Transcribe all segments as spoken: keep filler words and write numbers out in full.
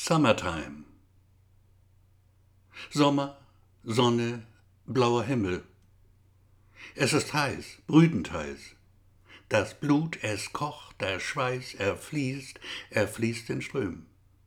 Summertime. Sommer, Sonne, blauer Himmel. Es ist heiß, brütend heiß. Das Blut, es kocht, der Schweiß, er fließt, er fließt in Strömen.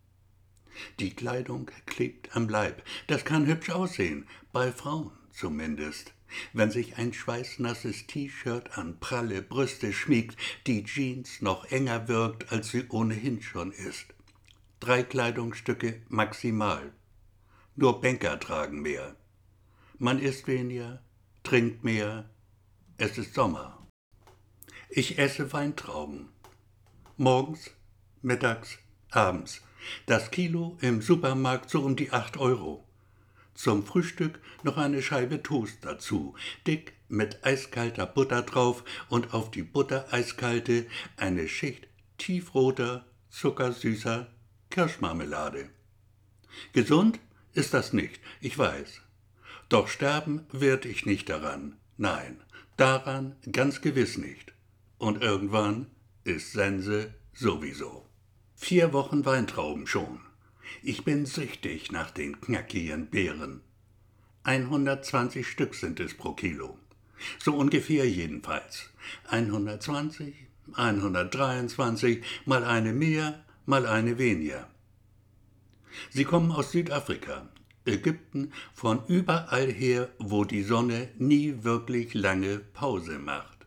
Die Kleidung klebt am Leib. Das kann hübsch aussehen, bei Frauen zumindest. Wenn sich ein schweißnasses T-Shirt an pralle Brüste schmiegt, die Jeans noch enger wirkt, als sie ohnehin schon ist. Drei Kleidungsstücke maximal. Nur Banker tragen mehr. Man isst weniger, trinkt mehr. Es ist Sommer. Ich esse Weintrauben. Morgens, mittags, abends. Das Kilo im Supermarkt so um die acht Euro. Zum Frühstück noch eine Scheibe Toast dazu, dick mit eiskalter Butter drauf und auf die Butter eiskalte eine Schicht tiefroter, zuckersüßer Kirschmarmelade. Gesund ist das nicht, ich weiß. Doch sterben werd ich nicht daran. Nein, daran ganz gewiss nicht. Und irgendwann ist Sense sowieso. Vier Wochen Weintrauben schon. Ich bin süchtig nach den knackigen Beeren. hundertzwanzig Stück sind es pro Kilo. So ungefähr jedenfalls. hundertzwanzig, hundertdreiundzwanzig, mal eine mehr, mal eine weniger. Sie kommen aus Südafrika, Ägypten, von überall her, wo die Sonne nie wirklich lange Pause macht.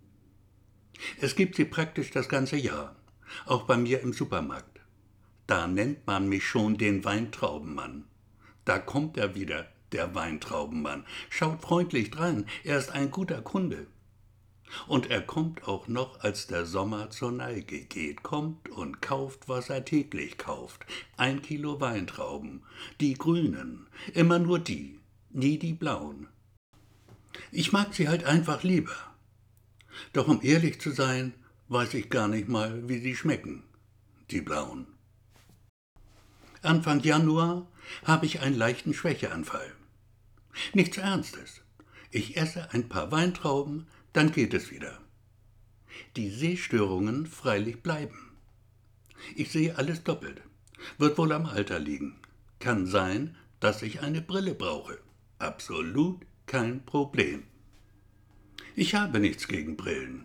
Es gibt sie praktisch das ganze Jahr, auch bei mir im Supermarkt. Da nennt man mich schon den Weintraubenmann. Da kommt er wieder, der Weintraubenmann. Schaut freundlich drein, er ist ein guter Kunde. Und er kommt auch noch, als der Sommer zur Neige geht, kommt und kauft, was er täglich kauft. Ein Kilo Weintrauben, die grünen, immer nur die, nie die blauen. Ich mag sie halt einfach lieber. Doch um ehrlich zu sein, weiß ich gar nicht mal, wie sie schmecken, die blauen. Anfang Januar habe ich einen leichten Schwächeanfall. Nichts Ernstes. Ich esse ein paar Weintrauben, dann geht es wieder. Die Sehstörungen freilich bleiben. Ich sehe alles doppelt. Wird wohl am Alter liegen. Kann sein, dass ich eine Brille brauche. Absolut kein Problem. Ich habe nichts gegen Brillen.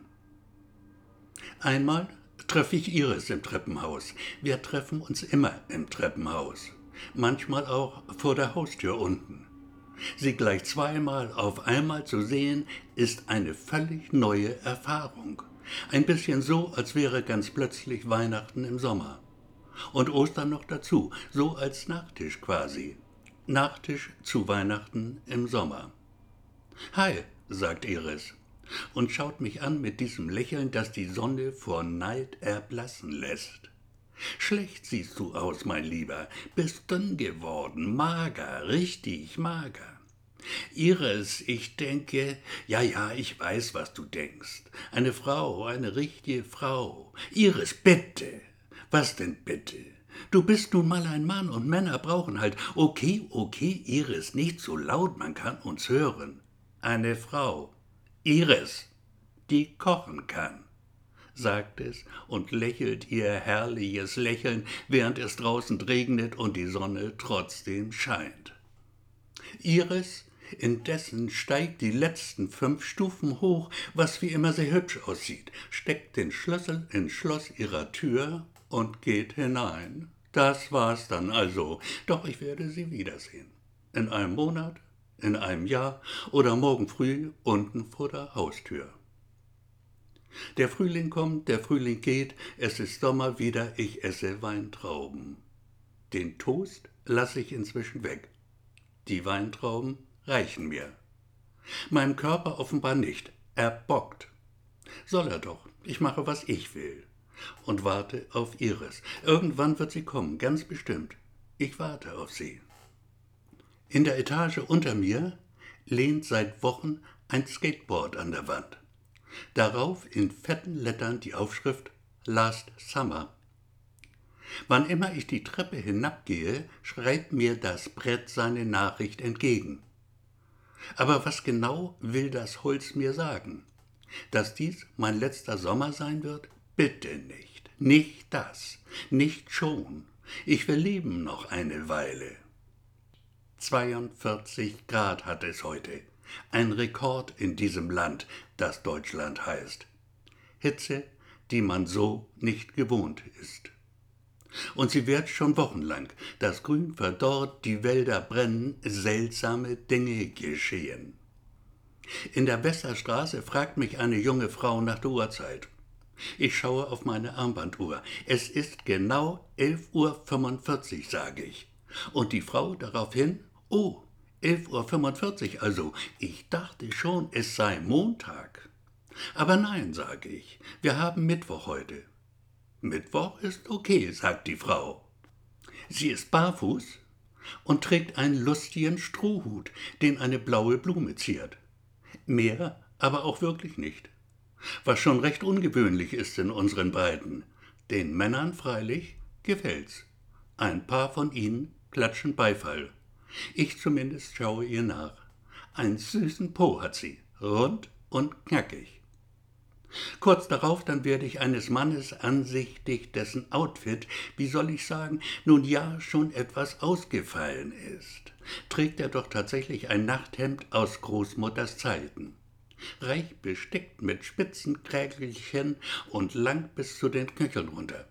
Einmal treffe ich Iris im Treppenhaus. Wir treffen uns immer im Treppenhaus. Manchmal auch vor der Haustür unten. Sie gleich zweimal auf einmal zu sehen, ist eine völlig neue Erfahrung. Ein bisschen so, als wäre ganz plötzlich Weihnachten im Sommer. Und Ostern noch dazu, so als Nachtisch quasi. Nachtisch zu Weihnachten im Sommer. »Hi«, sagt Iris und schaut mich an mit diesem Lächeln, das die Sonne vor Neid erblassen lässt. »Schlecht siehst du aus, mein Lieber, bist dünn geworden, mager, richtig mager.« »Iris, ich denke, ja, ja, ich weiß, was du denkst. Eine Frau, eine richtige Frau. Iris, bitte. Was denn bitte? Du bist nun mal ein Mann und Männer brauchen halt, okay, okay, Iris, nicht so laut, man kann uns hören. Eine Frau, Iris, die kochen kann«, sagt es und lächelt ihr herrliches Lächeln, während es draußen regnet und die Sonne trotzdem scheint. Iris indessen steigt die letzten fünf Stufen hoch, was wie immer sehr hübsch aussieht, steckt den Schlüssel ins Schloss ihrer Tür und geht hinein. Das war's dann also, doch ich werde sie wiedersehen. In einem Monat, in einem Jahr oder morgen früh unten vor der Haustür. Der Frühling kommt, der Frühling geht, es ist Sommer wieder, ich esse Weintrauben. Den Toast lasse ich inzwischen weg. Die Weintrauben reichen mir. Meinem Körper offenbar nicht, er bockt. Soll er doch, ich mache, was ich will. Und warte auf Iris. Irgendwann wird sie kommen, ganz bestimmt. Ich warte auf sie. In der Etage unter mir lehnt seit Wochen ein Skateboard an der Wand. Darauf in fetten Lettern die Aufschrift Last Summer. Wann immer ich die Treppe hinabgehe, schreibt mir das Brett seine Nachricht entgegen. Aber was genau will das Holz mir sagen? Dass dies mein letzter Sommer sein wird? Bitte nicht. Nicht das. Nicht schon. Ich will leben noch eine Weile. zweiundvierzig Grad hat es heute. Ein Rekord in diesem Land, das Deutschland heißt. Hitze, die man so nicht gewohnt ist. Und sie währt schon wochenlang. Das Grün verdorrt, die Wälder brennen, seltsame Dinge geschehen. In der Westerstraße fragt mich eine junge Frau nach der Uhrzeit. Ich schaue auf meine Armbanduhr. Es ist genau elf Uhr fünfundvierzig, sage ich. Und die Frau daraufhin, oh, elf Uhr fünfundvierzig also. Ich dachte schon, es sei Montag. Aber nein, sage ich, wir haben Mittwoch heute. Mittwoch ist okay, sagt die Frau. Sie ist barfuß und trägt einen lustigen Strohhut, den eine blaue Blume ziert. Mehr aber auch wirklich nicht. Was schon recht ungewöhnlich ist in unseren Breiten. Den Männern freilich gefällt's. Ein paar von ihnen klatschen Beifall. Ich zumindest schaue ihr nach. Einen süßen Po hat sie, rund und knackig. Kurz darauf dann werde ich eines Mannes ansichtig, dessen Outfit, wie soll ich sagen, nun ja schon etwas ausgefallen ist. Trägt er doch tatsächlich ein Nachthemd aus Großmutters Zeiten. Reich bestickt mit spitzen Krägelchen und lang bis zu den Knöcheln runter.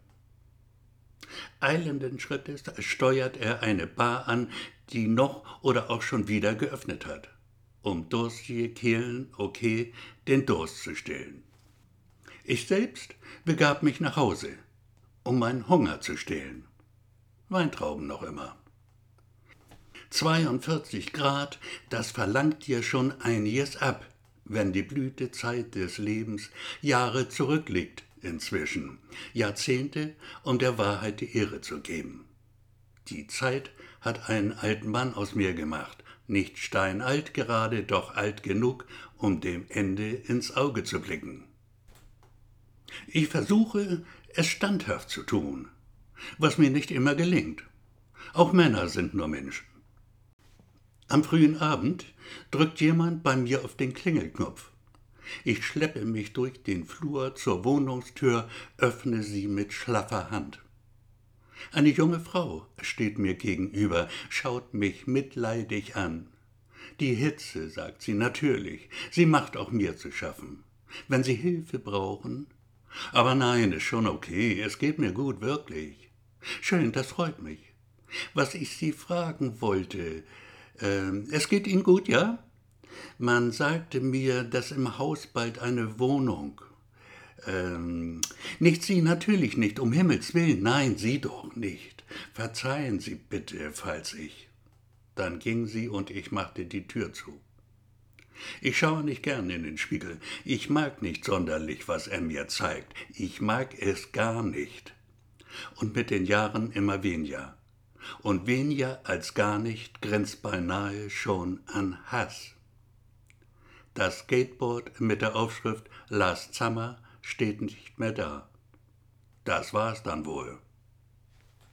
Eilenden Schrittes steuert er eine Bar an, die noch oder auch schon wieder geöffnet hat, um durstige Kehlen, okay, den Durst zu stillen. Ich selbst begab mich nach Hause, um meinen Hunger zu stillen. Weintrauben noch immer. zweiundvierzig Grad, das verlangt dir schon einiges ab, wenn die Blütezeit des Lebens Jahre zurückliegt inzwischen, Jahrzehnte, um der Wahrheit die Ehre zu geben. Die Zeit hat einen alten Mann aus mir gemacht, nicht steinalt gerade, doch alt genug, um dem Ende ins Auge zu blicken. Ich versuche, es standhaft zu tun, was mir nicht immer gelingt. Auch Männer sind nur Menschen. Am frühen Abend drückt jemand bei mir auf den Klingelknopf. Ich schleppe mich durch den Flur zur Wohnungstür, öffne sie mit schlaffer Hand. Eine junge Frau steht mir gegenüber, schaut mich mitleidig an. Die Hitze, sagt sie, natürlich, sie macht auch mir zu schaffen. Wenn Sie Hilfe brauchen? Aber nein, ist schon okay, es geht mir gut, wirklich. Schön, das freut mich. Was ich Sie fragen wollte, ähm, es geht Ihnen gut, ja? Man sagte mir, dass im Haus bald eine Wohnung. Ähm, nicht Sie, natürlich nicht, um Himmels willen, nein, Sie doch nicht. Verzeihen Sie bitte, falls ich. Dann ging sie und ich machte die Tür zu. Ich schaue nicht gern in den Spiegel. Ich mag nicht sonderlich, was er mir zeigt. Ich mag es gar nicht. Und mit den Jahren immer weniger. Und weniger als gar nicht grenzt beinahe schon an Hass. Das Skateboard mit der Aufschrift Last Summer steht nicht mehr da. Das war's dann wohl.